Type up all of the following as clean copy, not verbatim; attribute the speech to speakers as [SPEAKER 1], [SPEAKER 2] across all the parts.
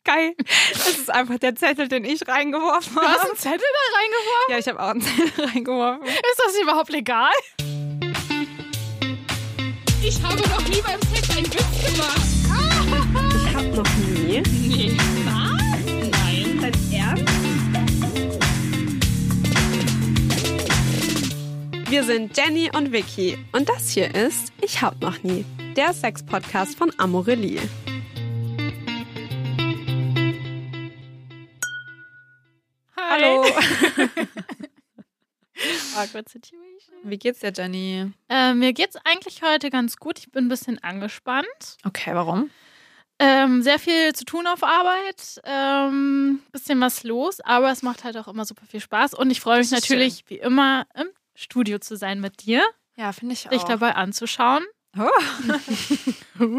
[SPEAKER 1] geil. Das ist einfach der Zettel, den ich reingeworfen habe.
[SPEAKER 2] Du hast einen Zettel da reingeworfen?
[SPEAKER 1] Ja, ich habe auch einen Zettel reingeworfen.
[SPEAKER 2] Ist das überhaupt legal? Ich habe noch nie beim Sex einen Witz gemacht.
[SPEAKER 1] Ich habe noch nie.
[SPEAKER 2] Nee. Was? Nein.
[SPEAKER 1] Dein Ernst? Wir sind Jenny und Vicky und das hier ist Ich hab noch nie, der Sex-Podcast von Amorelie.
[SPEAKER 2] Hi.
[SPEAKER 1] Hallo.
[SPEAKER 2] Awkward situation.
[SPEAKER 1] Wie geht's dir, Jenny?
[SPEAKER 2] Mir geht's eigentlich heute ganz gut. Ich bin ein bisschen angespannt.
[SPEAKER 1] Okay, warum?
[SPEAKER 2] Sehr viel zu tun auf Arbeit, bisschen was los, aber es macht halt auch immer super viel Spaß und ich freue mich natürlich wie immer im Studio zu sein mit dir,
[SPEAKER 1] Ja, finde ich auch.
[SPEAKER 2] dich dabei anzuschauen.
[SPEAKER 1] Oh.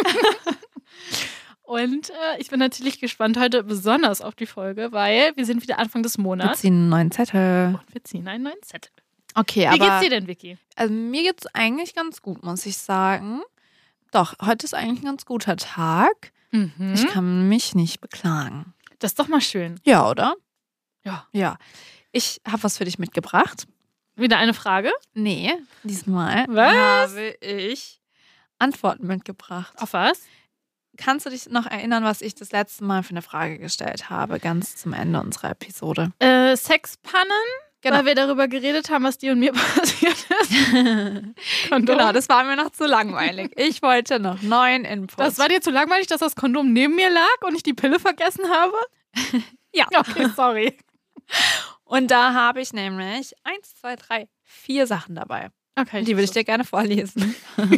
[SPEAKER 2] Und ich bin natürlich gespannt heute besonders auf die Folge, weil wir sind wieder Anfang des
[SPEAKER 1] Wir
[SPEAKER 2] Monats
[SPEAKER 1] ziehen einen neuen Zettel.
[SPEAKER 2] und wir ziehen einen neuen Zettel.
[SPEAKER 1] Okay,
[SPEAKER 2] Wie
[SPEAKER 1] aber
[SPEAKER 2] geht's dir denn, Vicky?
[SPEAKER 1] also mir geht's eigentlich ganz gut, muss ich sagen. Doch, heute ist eigentlich ein ganz guter Tag. Ich kann mich nicht beklagen.
[SPEAKER 2] Das ist doch mal schön.
[SPEAKER 1] Ja, oder?
[SPEAKER 2] Ja.
[SPEAKER 1] Ja. Ich habe was für dich mitgebracht.
[SPEAKER 2] Wieder eine Frage?
[SPEAKER 1] Nee, diesmal
[SPEAKER 2] Was?
[SPEAKER 1] habe ich Antworten mitgebracht.
[SPEAKER 2] Auf was?
[SPEAKER 1] Kannst du dich noch erinnern, was ich das letzte Mal für eine Frage gestellt habe, ganz zum Ende unserer Episode?
[SPEAKER 2] Sexpannen?
[SPEAKER 1] Genau.
[SPEAKER 2] Weil wir darüber geredet haben, was dir und mir passiert ist. Kondom.
[SPEAKER 1] Genau, das war mir noch zu langweilig. Ich wollte noch 9 Inputs.
[SPEAKER 2] Das war dir zu langweilig, dass das Kondom neben mir lag und ich die Pille vergessen habe?
[SPEAKER 1] Ja.
[SPEAKER 2] Okay, sorry.
[SPEAKER 1] Und da habe ich nämlich 1, 2, 3, 4 Sachen dabei.
[SPEAKER 2] Okay.
[SPEAKER 1] Die würde ich dir gerne vorlesen.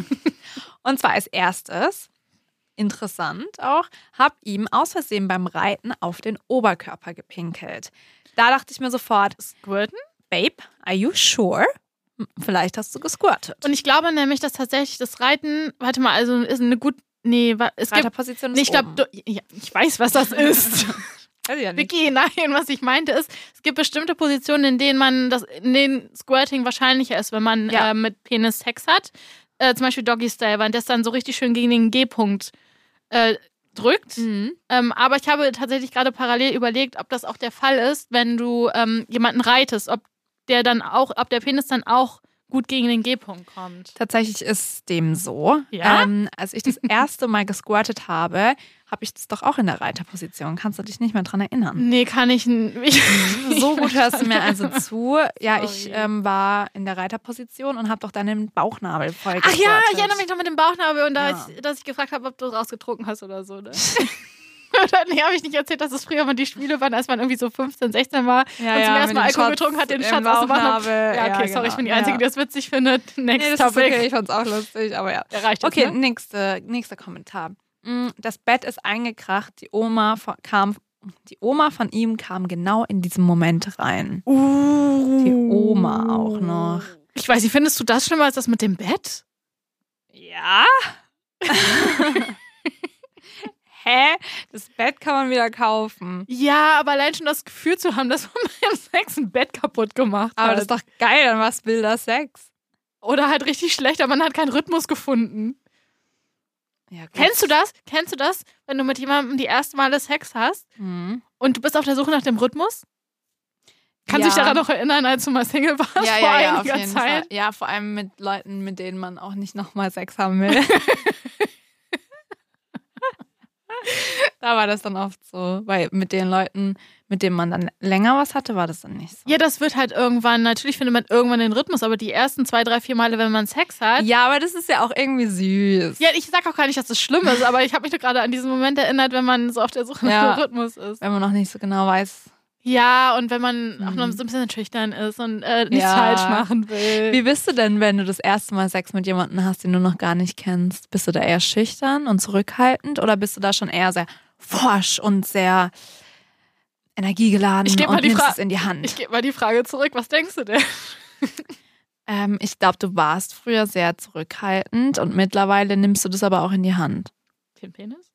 [SPEAKER 1] Und zwar als erstes, interessant auch, habe ihm aus Versehen beim Reiten auf den Oberkörper gepinkelt. Da dachte ich mir sofort,
[SPEAKER 2] Squirten?
[SPEAKER 1] Babe, are you sure? Vielleicht hast du gesquirtet.
[SPEAKER 2] Und ich glaube nämlich, dass tatsächlich das Reiten, warte mal, also ist eine gut, nee, es gibt,
[SPEAKER 1] Position
[SPEAKER 2] nee, ich glaube, ja, ich weiß, was das ist.
[SPEAKER 1] Weiß ich ja nicht.
[SPEAKER 2] Vicky, nein, was ich meinte ist, es gibt bestimmte Positionen, in denen Squirting wahrscheinlicher ist, wenn man
[SPEAKER 1] Ja.
[SPEAKER 2] mit Penis Sex hat. Zum Beispiel Doggy-Style, weil das dann so richtig schön gegen den G-Punkt drückt.
[SPEAKER 1] Mhm.
[SPEAKER 2] Aber ich habe tatsächlich gerade parallel überlegt, ob das auch der Fall ist, wenn du jemanden reitest, ob der Penis dann auch gut gegen den G-Punkt kommt.
[SPEAKER 1] Tatsächlich ist dem so.
[SPEAKER 2] Ja?
[SPEAKER 1] Als ich das erste Mal gesquirtet habe, habe ich das doch auch in der Reiterposition. Kannst du dich nicht mehr dran erinnern?
[SPEAKER 2] Nee, kann ich nicht.
[SPEAKER 1] So gut hörst du mir also zu. Ja,
[SPEAKER 2] Sorry.
[SPEAKER 1] ich war in der Reiterposition und habe doch dann den Bauchnabel voll
[SPEAKER 2] Ach ja,
[SPEAKER 1] gesquirtet.
[SPEAKER 2] ich erinnere mich noch mit dem Bauchnabel und
[SPEAKER 1] Ja.
[SPEAKER 2] dass ich gefragt habe, ob du rausgetrunken hast oder so. Ne? Nee, habe ich nicht erzählt, dass es früher mal die Spiele waren, als man irgendwie so 15, 16 war und zum ersten Mal Alkohol getrunken hat, den Schatz aus dem Bauchnabel. Ja, okay, sorry, ich bin die Einzige, die das witzig findet. Next
[SPEAKER 1] Nee, das ist
[SPEAKER 2] Topic.
[SPEAKER 1] okay, ich fand's auch lustig, aber ja.
[SPEAKER 2] Der reicht jetzt,
[SPEAKER 1] Okay,
[SPEAKER 2] ne?
[SPEAKER 1] nächster Kommentar. Das Bett ist eingekracht, die Oma von ihm kam genau in diesem Moment rein. Die Oma auch noch.
[SPEAKER 2] Ich weiß nicht, findest du das schlimmer als das mit dem Bett?
[SPEAKER 1] Ja? Hä? Das Bett kann man wieder kaufen.
[SPEAKER 2] Ja, aber allein schon das Gefühl zu haben, dass man beim Sex ein Bett kaputt gemacht hat.
[SPEAKER 1] Aber das ist doch geil, dann was will das Sex?
[SPEAKER 2] Oder halt richtig schlecht, aber man hat keinen Rhythmus gefunden.
[SPEAKER 1] Ja, gut.
[SPEAKER 2] Kennst du das, wenn du mit jemandem die erste Male Sex hast
[SPEAKER 1] Mhm.
[SPEAKER 2] und du bist auf der Suche nach dem Rhythmus? Kannst du dich daran noch erinnern, als du mal Single warst vor
[SPEAKER 1] Ja, auf
[SPEAKER 2] einiger
[SPEAKER 1] jeden
[SPEAKER 2] Zeit?
[SPEAKER 1] Fall. Ja, vor allem mit Leuten, mit denen man auch nicht nochmal Sex haben will. Da war das dann oft so, weil mit den Leuten, mit denen man dann länger was hatte, war das dann nicht so.
[SPEAKER 2] Ja, das wird halt irgendwann, natürlich findet man irgendwann den Rhythmus, aber die ersten 2, 3, 4 Male, wenn man Sex hat.
[SPEAKER 1] Ja, aber das ist ja auch irgendwie süß.
[SPEAKER 2] Ja, ich sag auch gar nicht, dass das schlimm ist, aber ich habe mich nur gerade an diesen Moment erinnert, wenn man so auf der Suche nach dem Rhythmus ist.
[SPEAKER 1] Wenn man noch nicht so genau weiß.
[SPEAKER 2] Ja, und wenn man auch noch so ein bisschen schüchtern ist und nichts falsch machen will.
[SPEAKER 1] Wie bist du denn, wenn du das erste Mal Sex mit jemandem hast, den du noch gar nicht kennst? Bist du da eher schüchtern und zurückhaltend oder bist du da schon eher sehr forsch und sehr energiegeladen und nimmst es in die Hand?
[SPEAKER 2] Ich gebe mal die Frage zurück, was denkst du denn?
[SPEAKER 1] Ich glaube, du warst früher sehr zurückhaltend und mittlerweile nimmst du das aber auch in die Hand.
[SPEAKER 2] Den Penis?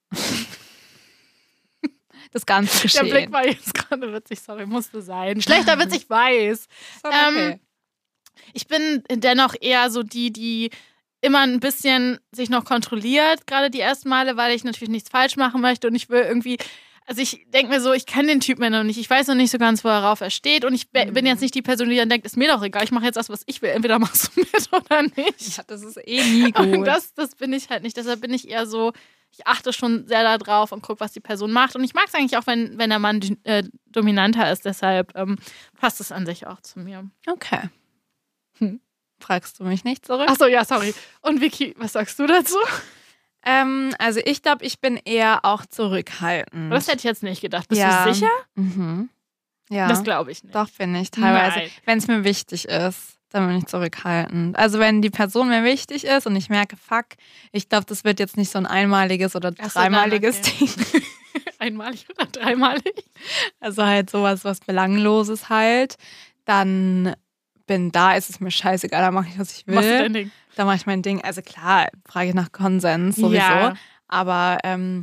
[SPEAKER 1] Das ganze Geschehen.
[SPEAKER 2] Der Blick war jetzt gerade witzig, sorry, musste sein. Schlechter Witz, ich weiß.
[SPEAKER 1] Okay.
[SPEAKER 2] Ich bin dennoch eher so die immer ein bisschen sich noch kontrolliert, gerade die ersten Male, weil ich natürlich nichts falsch machen möchte und ich will irgendwie, also ich denke mir so, ich kenne den Typen ja noch nicht, ich weiß noch nicht so ganz, worauf er steht und ich bin jetzt nicht die Person, die dann denkt, ist mir doch egal, ich mache jetzt das, was ich will, entweder machst du mit oder nicht.
[SPEAKER 1] Ja, das ist nie gut.
[SPEAKER 2] Und das bin ich halt nicht, deshalb bin ich eher so, ich achte schon sehr da drauf und gucke, was die Person macht und ich mag es eigentlich auch, wenn der Mann dominanter ist, deshalb passt es an sich auch zu mir.
[SPEAKER 1] Okay. Fragst du mich nicht zurück?
[SPEAKER 2] Achso, ja, sorry. Und Vicky, was sagst du dazu?
[SPEAKER 1] Also ich glaube, ich bin eher auch zurückhaltend.
[SPEAKER 2] Das hätte ich jetzt nicht gedacht. Bist du sicher?
[SPEAKER 1] Mhm. Ja.
[SPEAKER 2] Das glaube ich nicht.
[SPEAKER 1] Doch, bin ich teilweise. Wenn es mir wichtig ist, dann bin ich zurückhaltend. Also wenn die Person mir wichtig ist und ich merke, fuck, ich glaube, das wird jetzt nicht so ein einmaliges oder dreimaliges Ding.
[SPEAKER 2] Einmalig oder dreimalig?
[SPEAKER 1] Also halt sowas, was Belangloses halt. Dann ist es mir scheißegal, da mache ich, was ich will.
[SPEAKER 2] Machst du dein Ding?
[SPEAKER 1] Da mache ich mein Ding. Also klar, frage ich nach Konsens sowieso. Ja. Aber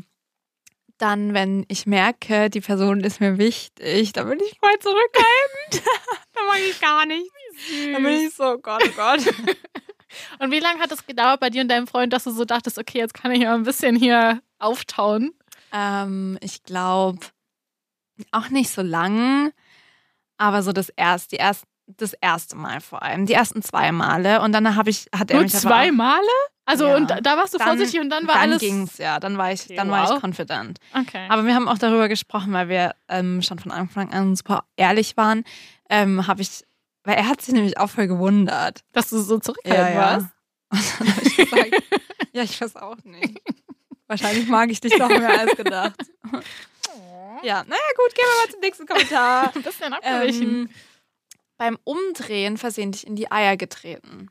[SPEAKER 1] dann, wenn ich merke, die Person ist mir wichtig, dann bin ich voll zurückhaltend. Da mache ich gar nichts. Dann bin ich so, oh Gott, oh Gott.
[SPEAKER 2] Und wie lange hat es gedauert bei dir und deinem Freund, dass du so dachtest, okay, jetzt kann ich ja ein bisschen hier auftauen?
[SPEAKER 1] Ich glaube, auch nicht so lang, aber so das erste Mal vor allem. Die ersten 2 Male. Und dann hat er mich
[SPEAKER 2] 2 Male? Also ja. Und da warst du vorsichtig und dann war alles...
[SPEAKER 1] Dann ging's, ja. Dann war ich confident.
[SPEAKER 2] Okay.
[SPEAKER 1] Aber wir haben auch darüber gesprochen, weil wir schon von Anfang an super ehrlich waren. Weil er hat sich nämlich auch voll gewundert.
[SPEAKER 2] Dass du so zurückhaltend warst?
[SPEAKER 1] Und dann habe ich gesagt, ja, ich weiß auch nicht. Wahrscheinlich mag ich dich doch mehr als gedacht. Ja, naja gut, gehen wir mal zum nächsten Kommentar.
[SPEAKER 2] Ein bisschen abgewichen.
[SPEAKER 1] Beim Umdrehen versehentlich in die Eier getreten.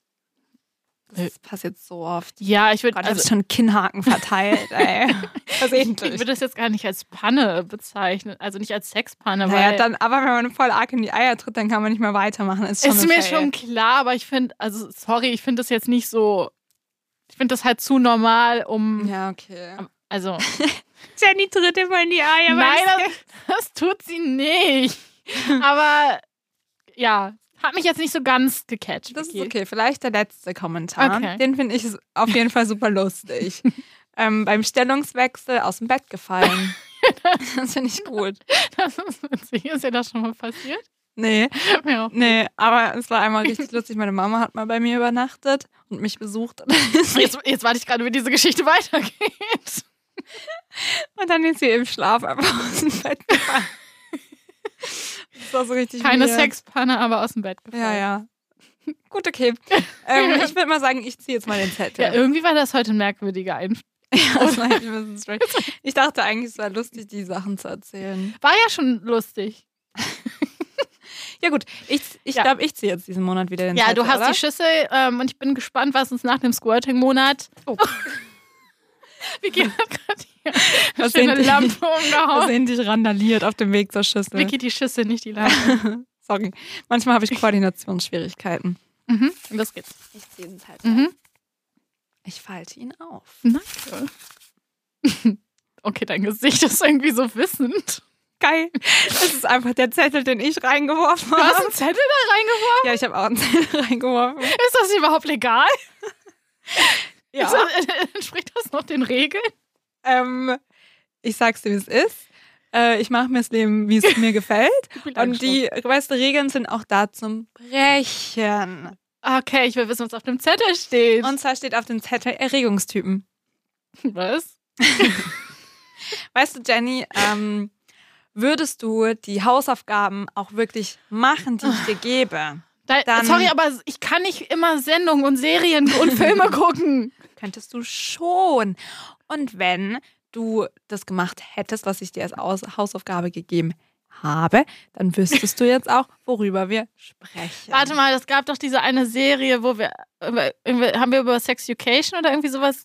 [SPEAKER 1] Das passiert so oft.
[SPEAKER 2] Ja, ich
[SPEAKER 1] habe schon Kinnhaken verteilt, ey. Versehentlich.
[SPEAKER 2] Ich würde das jetzt gar nicht als Panne bezeichnen. Also nicht als Sexpanne.
[SPEAKER 1] Naja, aber wenn man voll arg in die Eier tritt, dann kann man nicht mehr weitermachen. Ist
[SPEAKER 2] mir schon klar, aber ich finde, ich finde das jetzt nicht so, ich finde das halt zu normal, um...
[SPEAKER 1] Ja, okay.
[SPEAKER 2] Also...
[SPEAKER 1] Jenny tritt immer in die Eier.
[SPEAKER 2] Nein, das tut sie nicht. Aber ja, hat mich jetzt nicht so ganz gecatcht.
[SPEAKER 1] Das ist okay. Vielleicht der letzte Kommentar. Okay. Den finde ich auf jeden Fall super lustig. Beim Stellungswechsel aus dem Bett gefallen. Das finde ich gut.
[SPEAKER 2] Das ist witzig. Ist dir das schon mal passiert?
[SPEAKER 1] Nee. Nee, aber es war einmal richtig lustig. Meine Mama hat mal bei mir übernachtet und mich besucht.
[SPEAKER 2] Jetzt warte ich gerade, wie diese Geschichte weitergeht.
[SPEAKER 1] Und dann ist sie im Schlaf einfach aus dem Bett gefallen. Das war so richtig
[SPEAKER 2] Keine Sexpanne, aber aus dem Bett gefallen.
[SPEAKER 1] Ja. Gut, okay. Ich würde mal sagen, ich ziehe jetzt mal den Zettel.
[SPEAKER 2] Ja, irgendwie war das heute ein merkwürdiger Einfluss.
[SPEAKER 1] Ja, das war ein bisschen strange. Ich dachte eigentlich, es wäre lustig, die Sachen zu erzählen.
[SPEAKER 2] War ja schon lustig.
[SPEAKER 1] Ja gut, ich glaube, ich ziehe jetzt diesen Monat wieder den Zettel.
[SPEAKER 2] Ja, du hast
[SPEAKER 1] oder?
[SPEAKER 2] die Schüssel und ich bin gespannt, was uns nach dem Squirting-Monat... Oh. Vicky hat gerade hier eine Lampe umgehauen.
[SPEAKER 1] Versehentlich randaliert auf dem Weg zur Schüssel.
[SPEAKER 2] Vicky, die Schüssel, nicht die Lampe.
[SPEAKER 1] Sorry. Manchmal habe ich Koordinationsschwierigkeiten.
[SPEAKER 2] Mhm. Los geht's.
[SPEAKER 1] Ich ziehe den Zettel. Ich falte ihn auf.
[SPEAKER 2] Danke. Okay, dein Gesicht ist irgendwie so wissend.
[SPEAKER 1] Geil. Das ist einfach der Zettel, den ich reingeworfen habe.
[SPEAKER 2] Du hast einen Zettel da reingeworfen?
[SPEAKER 1] Ja, ich habe auch einen Zettel reingeworfen.
[SPEAKER 2] Ist das überhaupt legal?
[SPEAKER 1] Ja.
[SPEAKER 2] Entspricht das noch den Regeln?
[SPEAKER 1] Ich sag's dir, wie es ist. Ich mache mir das Leben, wie es mir gefällt. Und die, weißt du, Regeln sind auch da zum Brechen.
[SPEAKER 2] Okay, ich will wissen, was auf dem Zettel steht.
[SPEAKER 1] Und zwar steht auf dem Zettel Erregungstypen.
[SPEAKER 2] Was?
[SPEAKER 1] Weißt du, Jenny, würdest du die Hausaufgaben auch wirklich machen, die ich dir gebe?
[SPEAKER 2] Sorry, aber ich kann nicht immer Sendungen und Serien und Filme gucken.
[SPEAKER 1] Könntest du schon. Und wenn du das gemacht hättest, was ich dir als Hausaufgabe gegeben habe, dann wüsstest du jetzt auch, worüber wir sprechen.
[SPEAKER 2] Warte mal, es gab doch diese eine Serie, wo haben wir über Sex Education oder irgendwie sowas?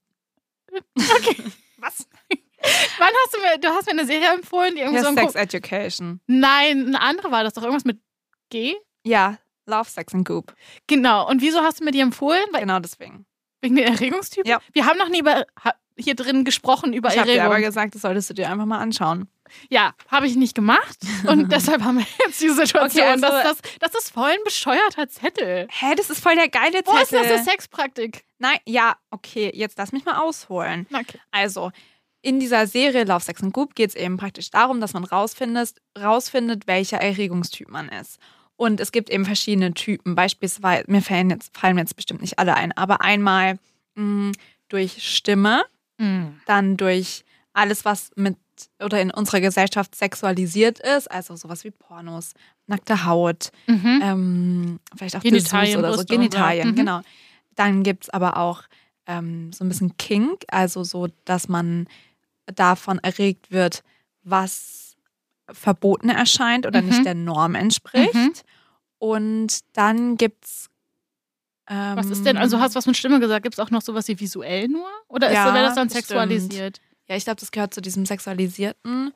[SPEAKER 2] Okay.
[SPEAKER 1] Was?
[SPEAKER 2] Wann du hast mir eine Serie empfohlen, die irgendwie
[SPEAKER 1] ja,
[SPEAKER 2] so
[SPEAKER 1] Sex Education.
[SPEAKER 2] Nein, eine andere war das doch, irgendwas mit G?
[SPEAKER 1] Ja, Love, Sex and Goop.
[SPEAKER 2] Genau, und wieso hast du mir die empfohlen?
[SPEAKER 1] Genau deswegen.
[SPEAKER 2] Wegen den Erregungstypen?
[SPEAKER 1] Ja.
[SPEAKER 2] Wir haben noch nie hier drin gesprochen über
[SPEAKER 1] Erregung. Ich habe dir
[SPEAKER 2] aber
[SPEAKER 1] gesagt, das solltest du dir einfach mal anschauen.
[SPEAKER 2] Ja, habe ich nicht gemacht. Und deshalb haben wir jetzt die Situation. Okay, also, das ist voll ein bescheuerter Zettel.
[SPEAKER 1] Hä, das ist voll der geile Zettel.
[SPEAKER 2] Wo ist das eine Sexpraktik?
[SPEAKER 1] Nein, ja, okay, jetzt lass mich mal ausholen.
[SPEAKER 2] Okay.
[SPEAKER 1] Also, in dieser Serie Love, Sex and Goop geht es eben praktisch darum, dass man rausfindet, welcher Erregungstyp man ist. Und es gibt eben verschiedene Typen. Beispielsweise, mir fallen jetzt bestimmt nicht alle ein, aber einmal durch Stimme, dann durch alles, was mit oder in unserer Gesellschaft sexualisiert ist, also sowas wie Pornos, nackte Haut, vielleicht auch
[SPEAKER 2] Genitalien
[SPEAKER 1] oder so, Genitalien, genau. Dann gibt es aber auch so ein bisschen Kink, also so, dass man davon erregt wird, was verboten erscheint oder nicht der Norm entspricht. Und dann gibt's
[SPEAKER 2] was ist denn, also hast du was mit Stimme gesagt, gibt es auch noch sowas wie visuell nur? Oder wäre das dann sexualisiert?
[SPEAKER 1] Stimmt. Ja, ich glaube, das gehört zu diesem Sexualisierten.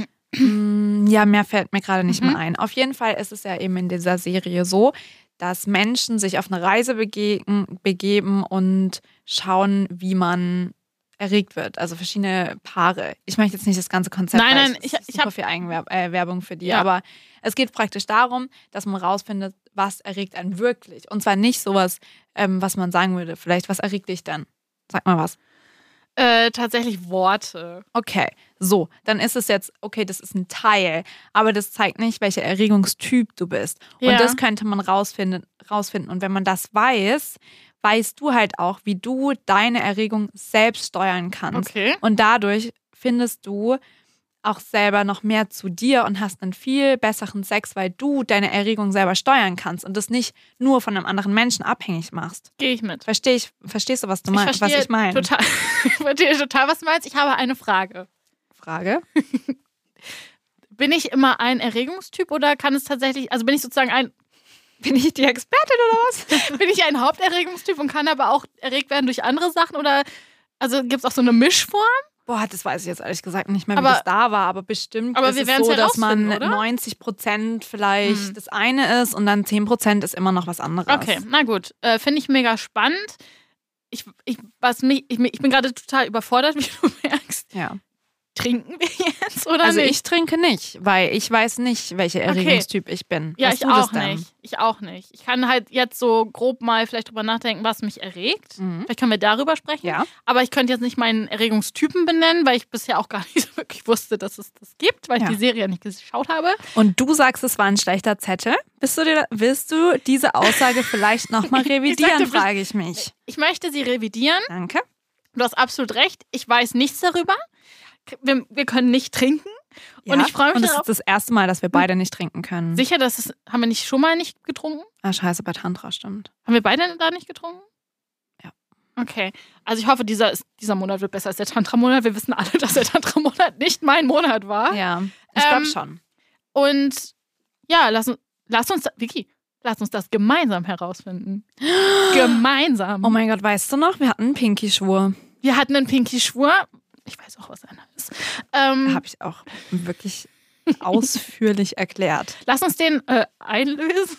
[SPEAKER 1] Ja, mehr fällt mir gerade nicht mehr ein. Auf jeden Fall ist es ja eben in dieser Serie so, dass Menschen sich auf eine Reise begeben und schauen, wie man erregt wird. Also verschiedene Paare. Ich möchte jetzt nicht das ganze Konzept.
[SPEAKER 2] Nein, ich
[SPEAKER 1] habe viel Eigenwerbung für die. Ja. Aber es geht praktisch darum, dass man rausfindet, was erregt einen wirklich. Und zwar nicht sowas, was man sagen würde. Vielleicht, was erregt dich denn? Sag mal was.
[SPEAKER 2] Tatsächlich Worte.
[SPEAKER 1] Okay, so, dann ist es jetzt, okay, das ist ein Teil, aber das zeigt nicht, welcher Erregungstyp du bist. Und das könnte man rausfinden. Und wenn man das weiß, weißt du halt auch, wie du deine Erregung selbst steuern kannst.
[SPEAKER 2] Okay.
[SPEAKER 1] Und dadurch findest du auch selber noch mehr zu dir und hast einen viel besseren Sex, weil du deine Erregung selber steuern kannst und das nicht nur von einem anderen Menschen abhängig machst.
[SPEAKER 2] Gehe ich mit.
[SPEAKER 1] Verstehst du, was du meinst, was ich meine?
[SPEAKER 2] Ich verstehe total, was du meinst. Ich habe eine Frage.
[SPEAKER 1] Frage?
[SPEAKER 2] Bin ich immer ein Erregungstyp oder kann es tatsächlich, also bin ich sozusagen
[SPEAKER 1] bin ich die Expertin oder was?
[SPEAKER 2] Bin ich ein Haupterregungstyp und kann aber auch erregt werden durch andere Sachen oder also gibt es auch so eine Mischform?
[SPEAKER 1] Boah, das weiß ich jetzt ehrlich gesagt nicht mehr, wie das da war, aber bestimmt ist es so, dass man 90% vielleicht das eine ist und dann 10% ist immer noch was anderes.
[SPEAKER 2] Okay, na gut. Finde ich mega spannend. Ich bin gerade total überfordert, wie du merkst.
[SPEAKER 1] Ja.
[SPEAKER 2] Trinken wir jetzt oder
[SPEAKER 1] also
[SPEAKER 2] nicht?
[SPEAKER 1] Also ich trinke nicht, weil ich weiß nicht, welcher Erregungstyp ich bin.
[SPEAKER 2] Ja, ich auch nicht. Ich auch nicht. Ich kann halt jetzt so grob mal vielleicht drüber nachdenken, was mich erregt. Vielleicht können wir darüber sprechen.
[SPEAKER 1] Ja.
[SPEAKER 2] Aber ich könnte jetzt nicht meinen Erregungstypen benennen, weil ich bisher auch gar nicht so wirklich wusste, dass es das gibt, weil ich die Serie nicht geschaut habe.
[SPEAKER 1] Und du sagst, es war ein schlechter Zettel. Willst du diese Aussage vielleicht nochmal revidieren, frage ich mich.
[SPEAKER 2] Ich möchte sie revidieren.
[SPEAKER 1] Danke.
[SPEAKER 2] Du hast absolut recht. Ich weiß nichts darüber. Wir können nicht trinken.
[SPEAKER 1] Ja,
[SPEAKER 2] und ich freue mich
[SPEAKER 1] darauf. Und es ist das erste Mal, dass wir beide nicht trinken können.
[SPEAKER 2] Sicher, haben wir nicht schon mal nicht getrunken?
[SPEAKER 1] Ah, scheiße, bei Tantra, stimmt.
[SPEAKER 2] Haben wir beide da nicht getrunken?
[SPEAKER 1] Ja.
[SPEAKER 2] Okay. Also ich hoffe, dieser Monat wird besser als der Tantra-Monat. Wir wissen alle, dass der Tantra-Monat nicht mein Monat war.
[SPEAKER 1] Ja, ich glaube schon.
[SPEAKER 2] Und ja, lass uns das gemeinsam herausfinden. Gemeinsam.
[SPEAKER 1] Oh mein Gott, weißt du noch? Wir hatten einen Pinky-Schwur.
[SPEAKER 2] Wir hatten einen Pinky-Schwur. Ich weiß auch, was einer ist.
[SPEAKER 1] Habe ich auch wirklich ausführlich erklärt.
[SPEAKER 2] Lass uns den einlösen.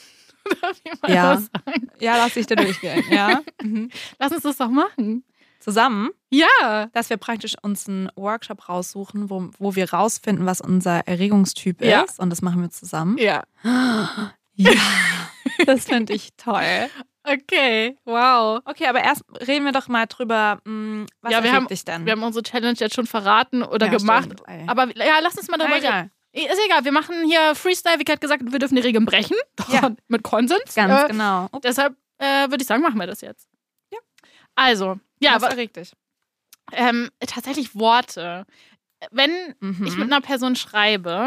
[SPEAKER 1] Ja, lass ich da durchgehen. Ja.
[SPEAKER 2] Lass uns das doch machen.
[SPEAKER 1] Zusammen?
[SPEAKER 2] Ja.
[SPEAKER 1] Dass wir praktisch uns einen Workshop raussuchen, wo wir rausfinden, was unser Erregungstyp ist. Und das machen wir zusammen.
[SPEAKER 2] Ja.
[SPEAKER 1] Ja, das finde ich toll.
[SPEAKER 2] Okay, wow.
[SPEAKER 1] Okay, aber erst reden wir doch mal drüber, was erregt dich denn?
[SPEAKER 2] Wir haben unsere Challenge jetzt schon verraten oder gemacht. Aber ja, lass uns mal darüber reden. Ist egal, wir machen hier Freestyle, wie Kat gesagt, wir dürfen die Regeln brechen.
[SPEAKER 1] Ja.
[SPEAKER 2] Mit Konsens.
[SPEAKER 1] Ganz genau.
[SPEAKER 2] Deshalb würde ich sagen, machen wir das jetzt.
[SPEAKER 1] Ja.
[SPEAKER 2] Also, ja.
[SPEAKER 1] Was erregt dich?
[SPEAKER 2] Tatsächlich Worte. Wenn ich mit einer Person schreibe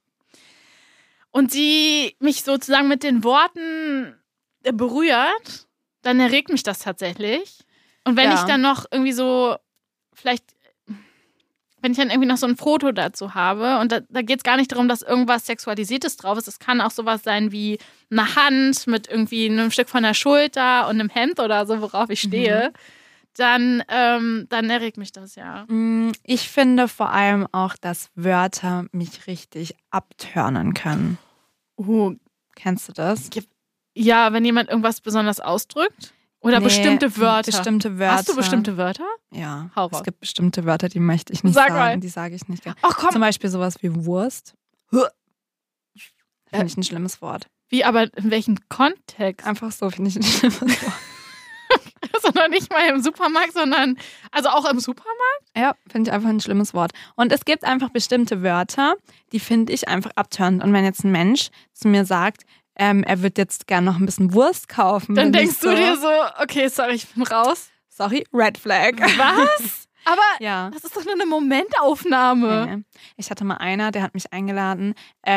[SPEAKER 2] und sie mich sozusagen mit den Worten berührt, dann erregt mich das tatsächlich. Und wenn ich dann noch irgendwie so, vielleicht, wenn ich dann irgendwie noch so ein Foto dazu habe und da geht es gar nicht darum, dass irgendwas Sexualisiertes drauf ist. Es kann auch sowas sein wie eine Hand mit irgendwie einem Stück von der Schulter und einem Hemd oder so, worauf ich stehe. Dann erregt mich das, ja.
[SPEAKER 1] Ich finde vor allem auch, dass Wörter mich richtig abturnen können. Kennst du das?
[SPEAKER 2] Ja, wenn jemand irgendwas besonders ausdrückt. Oder bestimmte Wörter.
[SPEAKER 1] Bestimmte Wörter.
[SPEAKER 2] Hast du bestimmte Wörter?
[SPEAKER 1] Ja.
[SPEAKER 2] Hau raus.
[SPEAKER 1] Es gibt bestimmte Wörter, die möchte ich nicht sagen. Die sage ich nicht gerne.
[SPEAKER 2] Ach komm.
[SPEAKER 1] Zum Beispiel sowas wie Wurst. Finde ich ein schlimmes Wort.
[SPEAKER 2] Wie, aber in welchem Kontext?
[SPEAKER 1] Einfach so finde ich ein schlimmes Wort.
[SPEAKER 2] Also noch nicht mal im Supermarkt, sondern also auch im Supermarkt?
[SPEAKER 1] Ja, finde ich einfach ein schlimmes Wort. Und es gibt einfach bestimmte Wörter, die finde ich einfach abtörend. Und wenn jetzt ein Mensch zu mir sagt, er wird jetzt gerne noch ein bisschen Wurst kaufen.
[SPEAKER 2] Dann denkst du dir so, okay, sorry, ich bin raus.
[SPEAKER 1] Sorry, Red Flag.
[SPEAKER 2] Was? Aber
[SPEAKER 1] ja.
[SPEAKER 2] Das ist doch nur eine Momentaufnahme.
[SPEAKER 1] Nee. Ich hatte mal einer, der hat mich eingeladen.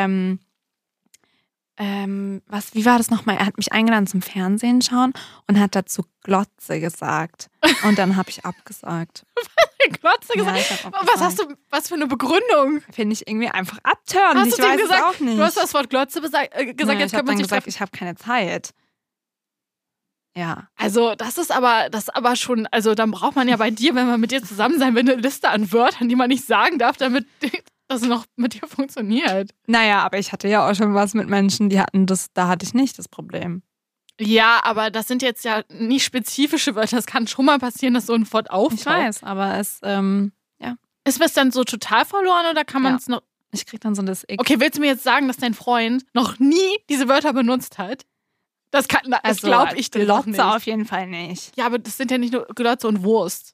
[SPEAKER 1] Wie war das nochmal? Er hat mich eingeladen zum Fernsehen schauen und hat dazu Glotze gesagt. Und dann habe ich abgesagt.
[SPEAKER 2] Glotze gesagt? Ja, was für eine Begründung?
[SPEAKER 1] Finde ich irgendwie einfach abtörend. Ich weiß es auch nicht.
[SPEAKER 2] Du hast das Wort Glotze gesagt,
[SPEAKER 1] nee,
[SPEAKER 2] jetzt können wir uns
[SPEAKER 1] gesagt, ich habe keine Zeit. Ja.
[SPEAKER 2] Also das ist aber schon, also dann braucht man ja bei dir, wenn man mit dir zusammen sein will, eine Liste an Wörtern, die man nicht sagen darf, damit das noch mit dir funktioniert.
[SPEAKER 1] Naja, aber ich hatte ja auch schon was mit Menschen, die hatten das, da hatte ich nicht das Problem.
[SPEAKER 2] Ja, aber das sind jetzt ja nicht spezifische Wörter. Es kann schon mal passieren, dass so ein Wort auftaucht.
[SPEAKER 1] Ich weiß, aber ja.
[SPEAKER 2] Ist es dann so total verloren oder kann man es noch...
[SPEAKER 1] Ich krieg dann so das Ick.
[SPEAKER 2] Okay, willst du mir jetzt sagen, dass dein Freund noch nie diese Wörter benutzt hat? Das glaube ich dir doch nicht.
[SPEAKER 1] Glotze auf jeden Fall nicht.
[SPEAKER 2] Ja, aber das sind ja nicht nur Glotze und Wurst.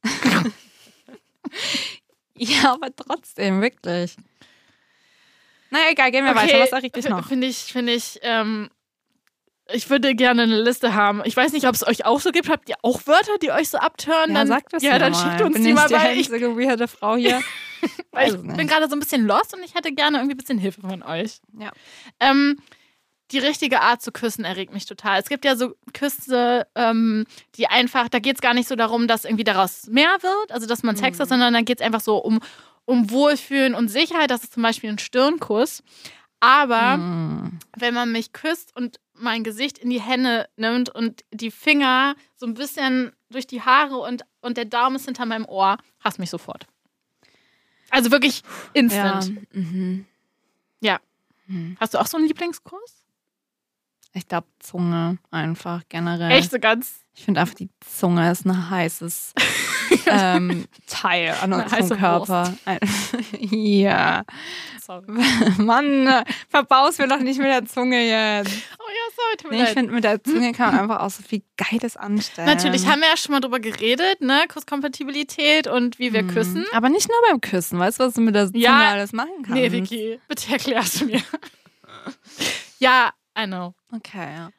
[SPEAKER 1] Ja, aber trotzdem, wirklich. Na egal, gehen wir weiter. Was erregt dich noch?
[SPEAKER 2] Finde ich, ich würde gerne eine Liste haben. Ich weiß nicht, ob es euch auch so gibt. Habt ihr auch Wörter, die euch so abtören?
[SPEAKER 1] Ja, sagt das
[SPEAKER 2] dann
[SPEAKER 1] mal.
[SPEAKER 2] schickt uns
[SPEAKER 1] Bin
[SPEAKER 2] die mal,
[SPEAKER 1] weil ich die weirde Frau hier.
[SPEAKER 2] Weil ich bin gerade so ein bisschen lost und ich hätte gerne irgendwie ein bisschen Hilfe von euch.
[SPEAKER 1] Ja.
[SPEAKER 2] Die richtige Art zu küssen erregt mich total. Es gibt ja so Küsse, die einfach, da geht es gar nicht so darum, dass irgendwie daraus mehr wird, also dass man Sex hat, sondern da geht es einfach so um Wohlfühlen und Sicherheit. Das ist zum Beispiel ein Stirnkuss. Aber wenn man mich küsst und mein Gesicht in die Hände nimmt und die Finger so ein bisschen durch die Haare und der Daumen ist hinter meinem Ohr, hasst mich sofort. Also wirklich instant. Ja. Hast du auch so einen Lieblingskuss?
[SPEAKER 1] Ich glaube, Zunge einfach generell.
[SPEAKER 2] Echt so ganz?
[SPEAKER 1] Ich finde einfach, die Zunge ist ein heißes Teil an unserem Körper. Ja. Sorry. Mann, verbaus mir doch nicht mit der Zunge jetzt.
[SPEAKER 2] Oh ja, sorry.
[SPEAKER 1] Ich finde, mit der Zunge kann man einfach auch so viel Geiles anstellen.
[SPEAKER 2] Natürlich, haben wir ja schon mal drüber geredet, ne? Kusskompatibilität und wie wir küssen.
[SPEAKER 1] Aber nicht nur beim Küssen. Weißt du, was du mit der Zunge alles machen kannst?
[SPEAKER 2] Nee, Vicky, bitte erklärst du mir. Ja, I know.
[SPEAKER 1] Okay, ja.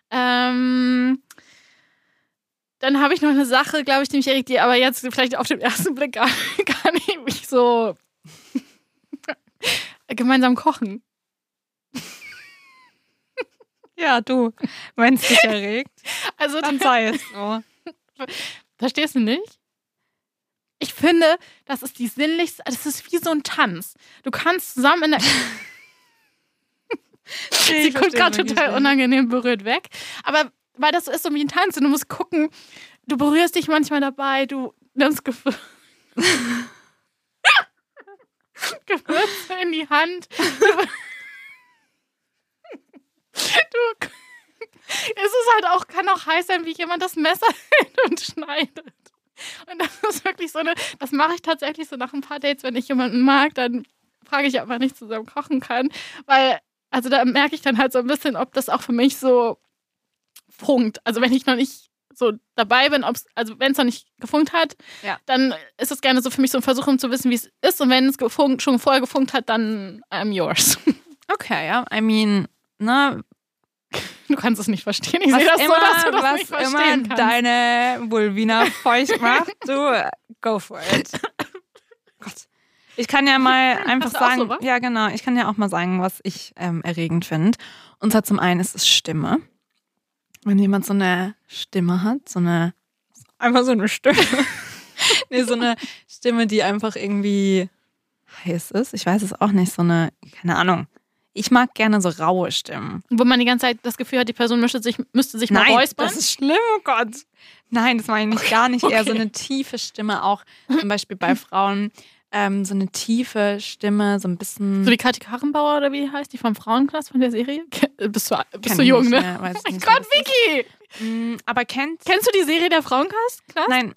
[SPEAKER 2] Dann habe ich noch eine Sache, glaube ich, die mich irritiert, aber jetzt vielleicht auf den ersten Blick gar nicht mich so gemeinsam kochen.
[SPEAKER 1] Ja, du, wenn es dich erregt,
[SPEAKER 2] also,
[SPEAKER 1] dann sei es so.
[SPEAKER 2] Verstehst du nicht? Ich finde, das ist die sinnlichste, das ist wie so ein Tanz. Du kannst zusammen in der... Sie guckt gerade total unangenehm berührt weg. Aber weil das so ist so wie ein Tanz und du musst gucken, du berührst dich manchmal dabei, du nimmst Gewürze in die Hand. Es ist halt auch, kann auch heiß sein, wie jemand das Messer hält und schneidet. Und das ist wirklich so das mache ich tatsächlich so nach ein paar Dates, wenn ich jemanden mag, dann frage ich, ob man nicht zusammen kochen kann, weil, also da merke ich dann halt so ein bisschen, ob das auch für mich so funkt. Also wenn ich noch nicht so dabei bin, also wenn es noch nicht gefunkt hat, dann ist es gerne so für mich so ein Versuch, um zu wissen, wie es ist. Und wenn es schon vorher gefunkt hat, dann I'm yours.
[SPEAKER 1] Okay, ja. I mean, ne?
[SPEAKER 2] Du kannst es nicht verstehen. Ich sehe das so, dass du das nicht verstehen kannst.
[SPEAKER 1] Was immer deine Vulvina feucht macht, du go for it. Gott. Ich kann ja mal einfach sagen, ja genau, ich kann ja auch mal sagen, was ich erregend finde. Und zwar zum einen ist es Stimme. Wenn jemand so eine Stimme hat, einfach so eine Stimme. Nee, so eine Stimme, die einfach irgendwie heiß ist. Ich weiß es auch nicht, keine Ahnung. Ich mag gerne so raue Stimmen.
[SPEAKER 2] Wo man die ganze Zeit das Gefühl hat, die Person müsste sich mal räuspern.
[SPEAKER 1] Das ist schlimm, oh Gott. Nein, das meine ich gar nicht. Okay. Eher so eine tiefe Stimme auch, zum Beispiel bei Frauen. So eine tiefe Stimme, so ein bisschen...
[SPEAKER 2] So wie Kathi Karrenbauer oder wie die heißt, die vom Frauenknast von der Serie? Bist du jung, ne?
[SPEAKER 1] Weiß
[SPEAKER 2] mein Gott, Vicky!
[SPEAKER 1] Aber
[SPEAKER 2] kennst du die Serie der Frauenkast?
[SPEAKER 1] Nein.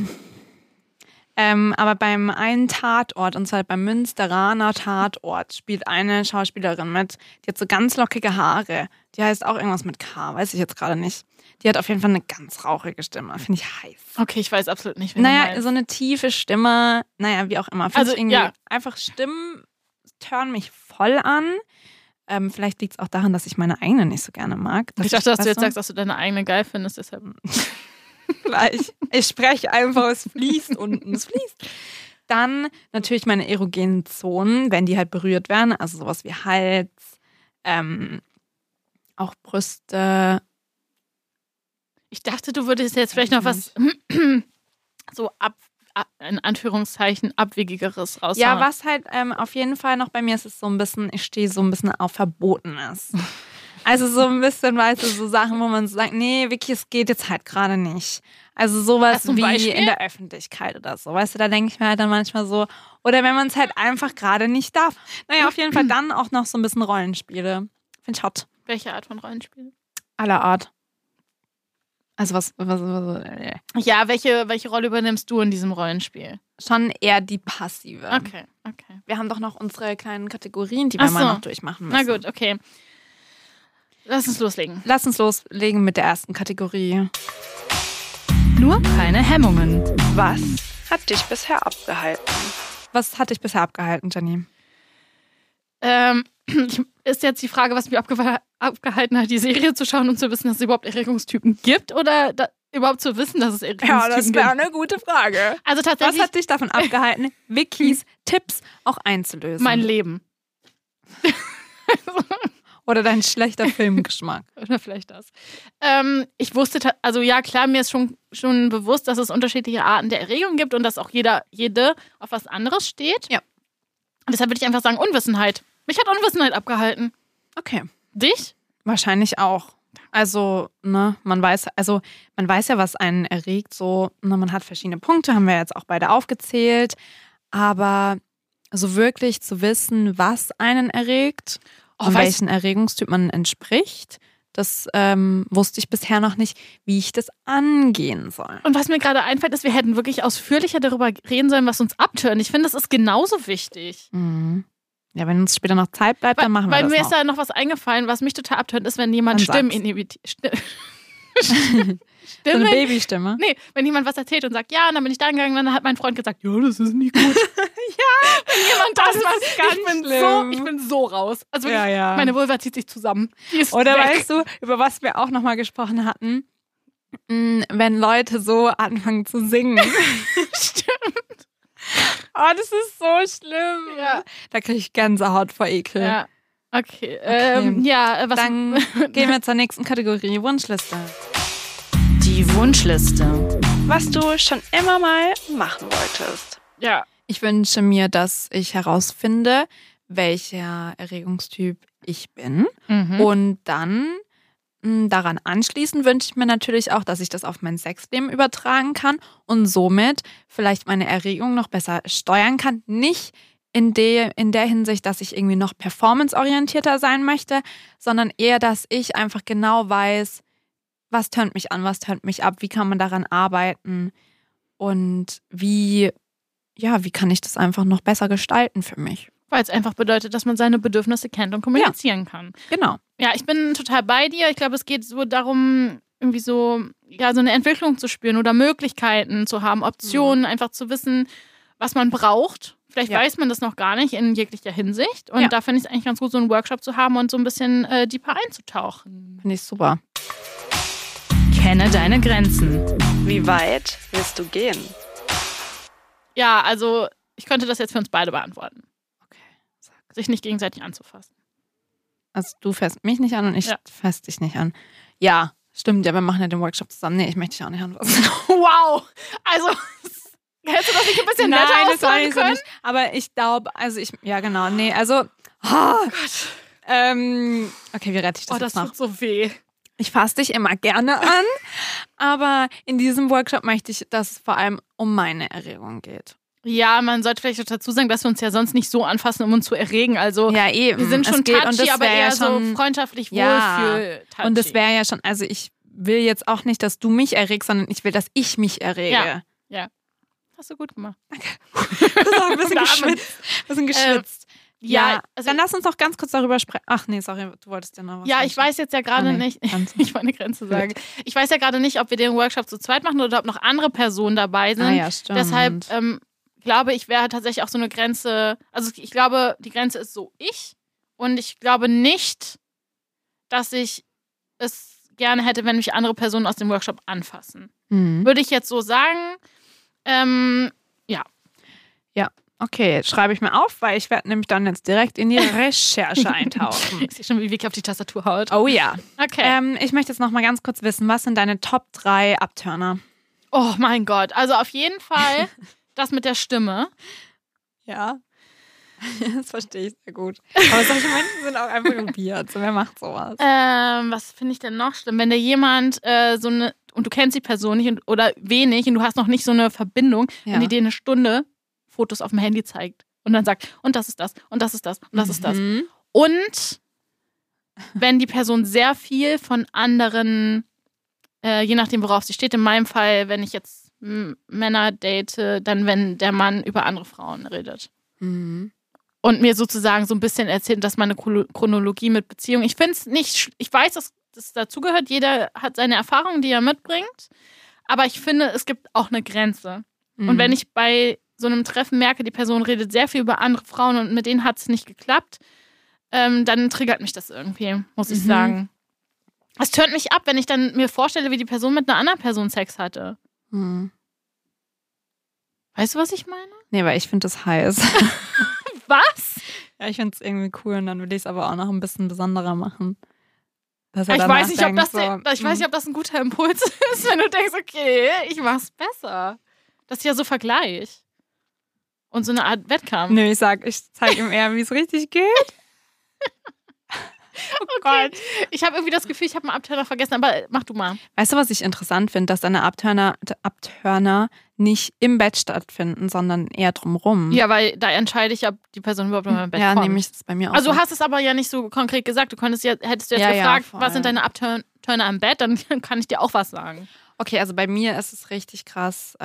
[SPEAKER 1] Aber beim einen Tatort, und zwar beim Münsteraner Tatort, spielt eine Schauspielerin mit, die hat so ganz lockige Haare. Die heißt auch irgendwas mit K, weiß ich jetzt gerade nicht. Die hat auf jeden Fall eine ganz rauchige Stimme, finde ich heiß.
[SPEAKER 2] Okay, ich weiß absolut nicht, wen du meinst.
[SPEAKER 1] So eine tiefe Stimme, wie auch immer. Find ich irgendwie einfach Stimmen turnen mich voll an. Vielleicht liegt es auch daran, dass ich meine eigene nicht so gerne mag.
[SPEAKER 2] Ich dachte, dass du jetzt sagst, dass du deine eigene geil findest, deshalb...
[SPEAKER 1] Gleich. Ich spreche einfach, es fließt unten, es fließt. Dann natürlich meine erogenen Zonen, wenn die halt berührt werden, also sowas wie Hals, auch Brüste.
[SPEAKER 2] Ich dachte, du würdest jetzt vielleicht noch was so in Anführungszeichen abwegigeres raushauen.
[SPEAKER 1] Ja, was halt auf jeden Fall noch bei mir ist, so ein bisschen, ich stehe so ein bisschen auf Verbotenes. Also so ein bisschen, weißt du, so Sachen, wo man so sagt, nee, Vicky, es geht jetzt halt gerade nicht. Also sowas wie Beispiel? In der Öffentlichkeit oder so, weißt du, da denke ich mir halt dann manchmal so, oder wenn man es halt einfach gerade nicht darf. Naja, auf jeden Fall dann auch noch so ein bisschen Rollenspiele. Finde ich hot.
[SPEAKER 2] Welche Art von Rollenspiele?
[SPEAKER 1] Aller Art. Also
[SPEAKER 2] Ja, welche Rolle übernimmst du in diesem Rollenspiel?
[SPEAKER 1] Schon eher die passive.
[SPEAKER 2] Okay.
[SPEAKER 1] Wir haben doch noch unsere kleinen Kategorien, die wir mal noch durchmachen müssen.
[SPEAKER 2] Na gut, okay. Lass uns loslegen
[SPEAKER 1] mit der ersten Kategorie.
[SPEAKER 2] Nur keine Hemmungen.
[SPEAKER 1] Was hat dich bisher abgehalten, Jenny?
[SPEAKER 2] Ist jetzt die Frage, was mich abgehalten hat, die Serie zu schauen und zu wissen, dass es überhaupt Erregungstypen gibt oder überhaupt zu wissen, dass es Erregungstypen gibt?
[SPEAKER 1] Ja, das wäre eine gute Frage.
[SPEAKER 2] Also tatsächlich,
[SPEAKER 1] was hat dich davon abgehalten, Vickys Tipps auch einzulösen?
[SPEAKER 2] Mein Leben.
[SPEAKER 1] Oder dein schlechter Filmgeschmack.
[SPEAKER 2] Oder vielleicht das. Ich wusste, also ja klar, mir ist schon bewusst, dass es unterschiedliche Arten der Erregung gibt und dass auch jede auf was anderes steht.
[SPEAKER 1] Ja.
[SPEAKER 2] Und deshalb würde ich einfach sagen, Unwissenheit. Mich hat Unwissenheit abgehalten.
[SPEAKER 1] Okay.
[SPEAKER 2] Dich?
[SPEAKER 1] Wahrscheinlich auch. Also, man weiß ja, was einen erregt. So, man hat verschiedene Punkte, haben wir jetzt auch beide aufgezählt. Aber so wirklich zu wissen, was einen erregt, und welchen Erregungstyp man entspricht, das wusste ich bisher noch nicht, wie ich das angehen soll.
[SPEAKER 2] Und was mir gerade einfällt, ist, wir hätten wirklich ausführlicher darüber reden sollen, was uns abtönt. Ich finde, das ist genauso wichtig.
[SPEAKER 1] Mhm. Ja, wenn uns später noch Zeit bleibt, dann machen wir das noch.
[SPEAKER 2] Weil mir ist da noch was eingefallen, was mich total abtönt, ist, wenn jemand Stimmen
[SPEAKER 1] So eine Babystimme.
[SPEAKER 2] Nee, wenn jemand was erzählt und sagt, ja, und dann bin ich da gegangen, dann hat mein Freund gesagt, ja, das ist nicht gut.
[SPEAKER 1] Ja,
[SPEAKER 2] wenn jemand das macht, ich bin so raus. Also wirklich, meine Vulva zieht sich zusammen. Die ist
[SPEAKER 1] Oder
[SPEAKER 2] weg.
[SPEAKER 1] Weißt du, über was wir auch nochmal gesprochen hatten? Wenn Leute so anfangen zu singen.
[SPEAKER 2] Stimmt.
[SPEAKER 1] Oh, das ist so schlimm.
[SPEAKER 2] Ja.
[SPEAKER 1] Da kriege ich Gänsehaut vor Ekel.
[SPEAKER 2] Ja. Okay. Was
[SPEAKER 1] Dann gehen wir zur nächsten Kategorie, Wunschliste.
[SPEAKER 2] Die Wunschliste.
[SPEAKER 1] Was du schon immer mal machen wolltest.
[SPEAKER 2] Ja.
[SPEAKER 1] Ich wünsche mir, dass ich herausfinde, welcher Erregungstyp ich bin.
[SPEAKER 2] Mhm.
[SPEAKER 1] Und dann daran anschließend wünsche ich mir natürlich auch, dass ich das auf mein Sexleben übertragen kann und somit vielleicht meine Erregung noch besser steuern kann. Nicht in der Hinsicht, dass ich irgendwie noch performanceorientierter sein möchte, sondern eher, dass ich einfach genau weiß, was tönt mich an, was tönt mich ab, wie kann man daran arbeiten und wie kann ich das einfach noch besser gestalten für mich.
[SPEAKER 2] Weil es einfach bedeutet, dass man seine Bedürfnisse kennt und kommunizieren kann.
[SPEAKER 1] Genau.
[SPEAKER 2] Ja, ich bin total bei dir. Ich glaube, es geht so darum, irgendwie so eine Entwicklung zu spüren oder Möglichkeiten zu haben, Optionen, einfach zu wissen, was man braucht. Vielleicht weiß man das noch gar nicht in jeglicher Hinsicht. Und da finde ich es eigentlich ganz gut, so einen Workshop zu haben und so ein bisschen deeper einzutauchen.
[SPEAKER 1] Finde ich super.
[SPEAKER 2] Kenne deine Grenzen.
[SPEAKER 1] Wie weit willst du gehen?
[SPEAKER 2] Ja, also ich könnte das jetzt für uns beide beantworten.
[SPEAKER 1] Okay.
[SPEAKER 2] Sich nicht gegenseitig anzufassen. Also
[SPEAKER 1] du fasst mich nicht an und ich fass dich nicht an. Ja, stimmt. Ja, wir machen ja den Workshop zusammen. Nee, ich möchte dich auch nicht anfassen.
[SPEAKER 2] Wow! Also, hättest du das nicht ein bisschen netter aussagen können? Nicht.
[SPEAKER 1] Aber ich glaube, genau. Nee, also, oh Gott. Okay, wie rette ich das jetzt noch?
[SPEAKER 2] Das tut so weh.
[SPEAKER 1] Ich fasse dich immer gerne an, aber in diesem Workshop möchte ich, dass es vor allem um meine Erregung geht.
[SPEAKER 2] Ja, man sollte vielleicht auch dazu sagen, dass wir uns ja sonst nicht so anfassen, um uns zu erregen. Also
[SPEAKER 1] ja, eben.
[SPEAKER 2] Wir sind schon touchy, aber eher so freundschaftlich wohlfühl-touchy.
[SPEAKER 1] Und das wäre ja schon, also ich will jetzt auch nicht, dass du mich erregst, sondern ich will, dass ich mich errege.
[SPEAKER 2] Ja. Hast du gut gemacht.
[SPEAKER 1] Okay. Das ist auch ein bisschen geschwitzt. Ja, also dann lass uns noch ganz kurz darüber sprechen. Ach nee, sorry, du wolltest ja noch was sagen.
[SPEAKER 2] Ich weiß jetzt ja gerade nicht, ich wollte eine Grenze sagen. Ich weiß ja gerade nicht, ob wir den Workshop zu zweit machen oder ob noch andere Personen dabei sind.
[SPEAKER 1] Ja, stimmt.
[SPEAKER 2] Deshalb glaube ich, wäre tatsächlich auch so eine Grenze, also ich glaube, die Grenze ist so und ich glaube nicht, dass ich es gerne hätte, wenn mich andere Personen aus dem Workshop anfassen. Würde ich jetzt so sagen, ja.
[SPEAKER 1] Ja. Okay, schreibe ich mir auf, weil ich werde nämlich dann jetzt direkt in die Recherche eintauchen.
[SPEAKER 2] Ich sehe schon, wie Vicky auf die Tastatur haut.
[SPEAKER 1] Oh ja.
[SPEAKER 2] Okay.
[SPEAKER 1] Ich möchte jetzt noch mal ganz kurz wissen, was sind deine Top 3 Abturner?
[SPEAKER 2] Oh mein Gott, also auf jeden Fall das mit der Stimme.
[SPEAKER 1] Ja. Das verstehe ich sehr gut. Aber solche Menschen sind auch einfach weird. So, wer macht sowas?
[SPEAKER 2] Was finde ich denn noch schlimm? Wenn da jemand und du kennst die Person nicht oder wenig und du hast noch nicht so eine Verbindung, wenn die dir eine Stunde Fotos auf dem Handy zeigt und dann sagt, und das ist das, und das ist das, und das ist das. Und wenn die Person sehr viel von anderen, je nachdem, worauf sie steht, in meinem Fall, wenn ich jetzt Männer date, dann wenn der Mann über andere Frauen redet. Und mir sozusagen so ein bisschen erzählt, dass meine Chronologie mit Beziehung, ich finde es nicht, ich weiß, dass das dazugehört, jeder hat seine Erfahrungen, die er mitbringt, aber ich finde, es gibt auch eine Grenze. Und wenn ich bei so einem Treffen merke, die Person redet sehr viel über andere Frauen und mit denen hat es nicht geklappt, dann triggert mich das irgendwie, muss ich sagen. Es tönt mich ab, wenn ich dann mir vorstelle, wie die Person mit einer anderen Person Sex hatte. Weißt du, was ich meine?
[SPEAKER 1] Nee, weil ich finde das heiß.
[SPEAKER 2] Was?
[SPEAKER 1] Ja, ich finde es irgendwie cool und dann will ich es aber auch noch ein bisschen besonderer machen.
[SPEAKER 2] Ich weiß nicht, ob das ein guter Impuls ist, wenn du denkst, okay, ich mach's besser. Das ist ja so Vergleich. Und so eine Art Wettkampf.
[SPEAKER 1] Nö, ich zeige ihm eher, wie es richtig geht.
[SPEAKER 2] Oh Gott. Ich habe irgendwie das Gefühl, ich habe einen Abturner vergessen, aber mach du mal.
[SPEAKER 1] Weißt du, was ich interessant finde? Dass deine Abturner nicht im Bett stattfinden, sondern eher drumrum.
[SPEAKER 2] Ja, weil da entscheide ich, ob die Person überhaupt noch im Bett kommt.
[SPEAKER 1] Ja, nämlich ist bei mir auch
[SPEAKER 2] also du hast es aber ja nicht so konkret gesagt. Hättest du jetzt gefragt, was sind deine Abturner im Bett, dann kann ich dir auch was sagen.
[SPEAKER 1] Okay, also bei mir ist es richtig krass.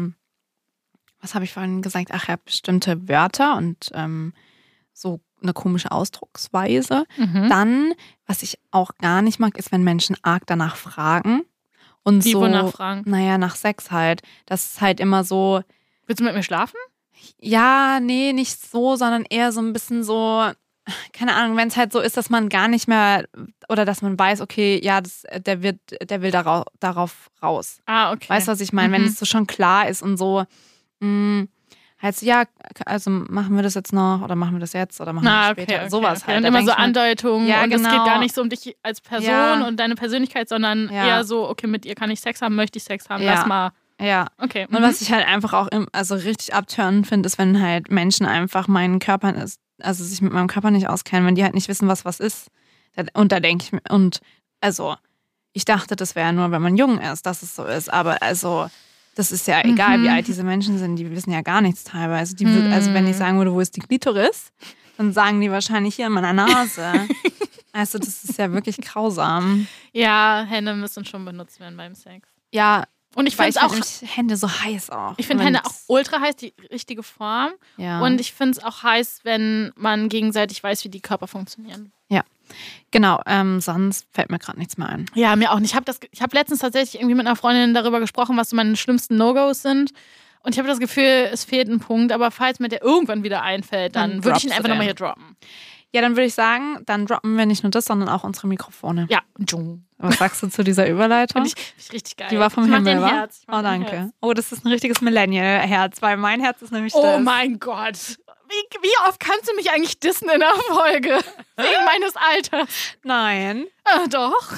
[SPEAKER 1] Was habe ich vorhin gesagt? Ach ja, bestimmte Wörter und so eine komische Ausdrucksweise. Dann, was ich auch gar nicht mag, ist, wenn Menschen arg danach fragen. Und
[SPEAKER 2] wie
[SPEAKER 1] so,
[SPEAKER 2] wonach fragen?
[SPEAKER 1] Naja, nach Sex halt. Das ist halt immer so.
[SPEAKER 2] Willst du mit mir schlafen?
[SPEAKER 1] Ja, nee, nicht so, sondern eher so ein bisschen so, keine Ahnung, wenn es halt so ist, dass man gar nicht mehr, oder dass man weiß, okay, ja, der will darauf raus.
[SPEAKER 2] Ah, okay.
[SPEAKER 1] Weißt du, was ich meine? Wenn es so schon klar ist und so, halt so, ja, also machen wir das jetzt noch oder machen wir das jetzt oder machen wir das später.
[SPEAKER 2] Okay,
[SPEAKER 1] sowas
[SPEAKER 2] okay.
[SPEAKER 1] halt.
[SPEAKER 2] Und immer so Andeutungen und es geht gar nicht so um dich als Person und deine Persönlichkeit, sondern eher so, okay, mit ihr kann ich Sex haben, möchte ich Sex haben, lass mal.
[SPEAKER 1] Ja.
[SPEAKER 2] Okay.
[SPEAKER 1] Und was ich halt einfach auch richtig abtörend finde, ist, wenn halt Menschen einfach meinen Körper, also sich mit meinem Körper nicht auskennen, wenn die halt nicht wissen, was ist. Und da denke ich mir, und also, ich dachte, das wäre nur, wenn man jung ist, dass es so ist, aber also, das ist ja egal, wie alt diese Menschen sind, die wissen ja gar nichts teilweise. Also wenn ich sagen würde, wo ist die Klitoris, dann sagen die wahrscheinlich hier in meiner Nase. Also das ist ja wirklich grausam.
[SPEAKER 2] Ja, Hände müssen schon benutzt werden beim Sex.
[SPEAKER 1] Ja.
[SPEAKER 2] Und ich finde auch
[SPEAKER 1] Hände so heiß auch.
[SPEAKER 2] Ich finde Hände auch ultra heiß, die richtige Form.
[SPEAKER 1] Ja.
[SPEAKER 2] Und ich finde es auch heiß, wenn man gegenseitig weiß, wie die Körper funktionieren.
[SPEAKER 1] Ja. Genau, sonst fällt mir gerade nichts mehr ein.
[SPEAKER 2] Ja, mir auch nicht. Ich habe letztens tatsächlich irgendwie mit einer Freundin darüber gesprochen, was so meine schlimmsten No-Gos sind. Und ich habe das Gefühl, es fehlt ein Punkt. Aber falls mir der irgendwann wieder einfällt, dann würde ich ihn einfach nochmal hier droppen.
[SPEAKER 1] Ja, dann würde ich sagen, dann droppen wir nicht nur das, sondern auch unsere Mikrofone.
[SPEAKER 2] Ja.
[SPEAKER 1] Was sagst du zu dieser Überleitung?
[SPEAKER 2] Finde ich richtig geil.
[SPEAKER 1] Die war vom Himmel, wa?
[SPEAKER 2] Herz.
[SPEAKER 1] Oh, danke. Herz. Oh, das ist ein richtiges Millennial-Herz, weil mein Herz ist nämlich das.
[SPEAKER 2] Oh mein Gott. Wie oft kannst du mich eigentlich dissen in der Folge? Wegen meines Alters.
[SPEAKER 1] Nein.
[SPEAKER 2] Doch.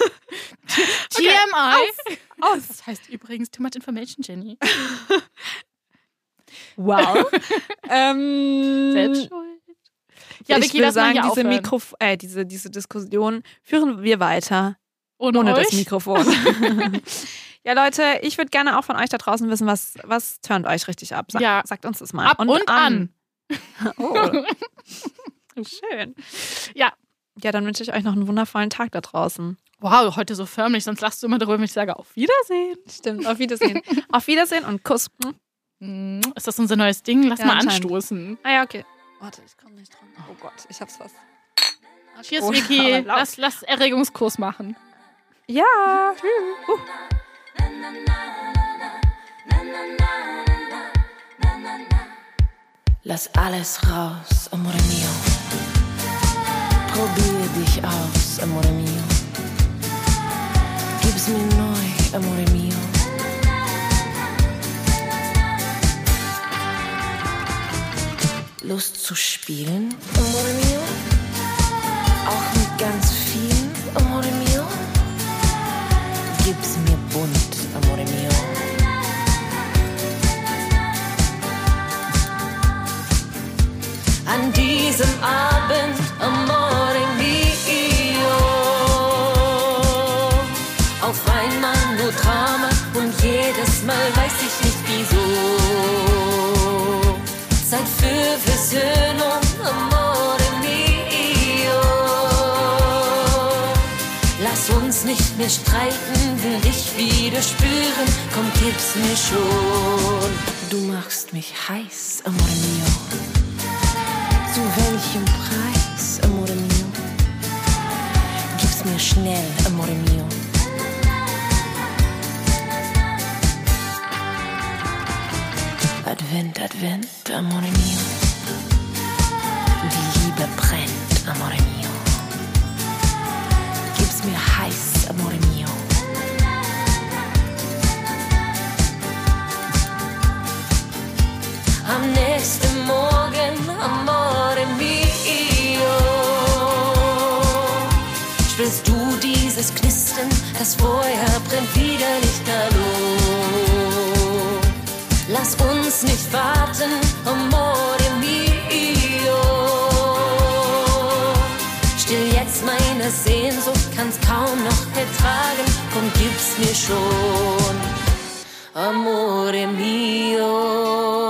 [SPEAKER 2] TMI. Oh, das heißt übrigens Too Much Information, Jenny.
[SPEAKER 1] Wow.
[SPEAKER 2] Selbstschuld. Ja,
[SPEAKER 1] ich
[SPEAKER 2] Vicky,
[SPEAKER 1] will sagen,
[SPEAKER 2] ja
[SPEAKER 1] diese Diskussion führen wir weiter.
[SPEAKER 2] Ohne
[SPEAKER 1] das Mikrofon. Ja, Leute, ich würde gerne auch von euch da draußen wissen, was turnt euch richtig ab. Sagt uns das mal.
[SPEAKER 2] Ab und an.
[SPEAKER 1] Oh. Schön.
[SPEAKER 2] Ja.
[SPEAKER 1] Ja, dann wünsche ich euch noch einen wundervollen Tag da draußen.
[SPEAKER 2] Wow, heute so förmlich, sonst lachst du immer darüber, wenn ich sage, auf Wiedersehen.
[SPEAKER 1] Stimmt, auf Wiedersehen. Auf Wiedersehen und Kuss.
[SPEAKER 2] Ist das unser neues Ding? Lass mal anstoßen.
[SPEAKER 1] Ah ja, okay. Warte, ich komme nicht dran. Oh Gott, ich hab's fast.
[SPEAKER 2] Cheers, Vicky. Lass Erregungskurs machen.
[SPEAKER 1] Ja.
[SPEAKER 3] Lass alles raus, amore mio. Probier dich aus, amore mio. Gib's mir neu, amore mio. Lust zu spielen, amore mio. Auch mit ganz viel, amore mio. Gib's mir bunt, amore mio. An diesem Abend, amore mio. Auf einmal nur Drama und jedes Mal weiß ich nicht wieso. Zeit für Versöhnung, amore mio. Lass uns nicht mehr streiten, will dich wieder spüren, komm, gib's mir schon. Du machst mich heiß, amore mio. Zu welchem Preis, amore mio? Gib's mir schnell, amore mio. Advent, Advent, amore mio. Die Liebe brennt, amore mio. Gib's mir heiß, amore mio. Am nächsten Morgen, amore mio. Spürst du dieses Knistern? Das Feuer brennt wieder lichterloh. Lass uns nicht warten, amore mio. Still jetzt meine Sehnsucht, kann's kaum noch ertragen. Komm, gib's mir schon, amore mio.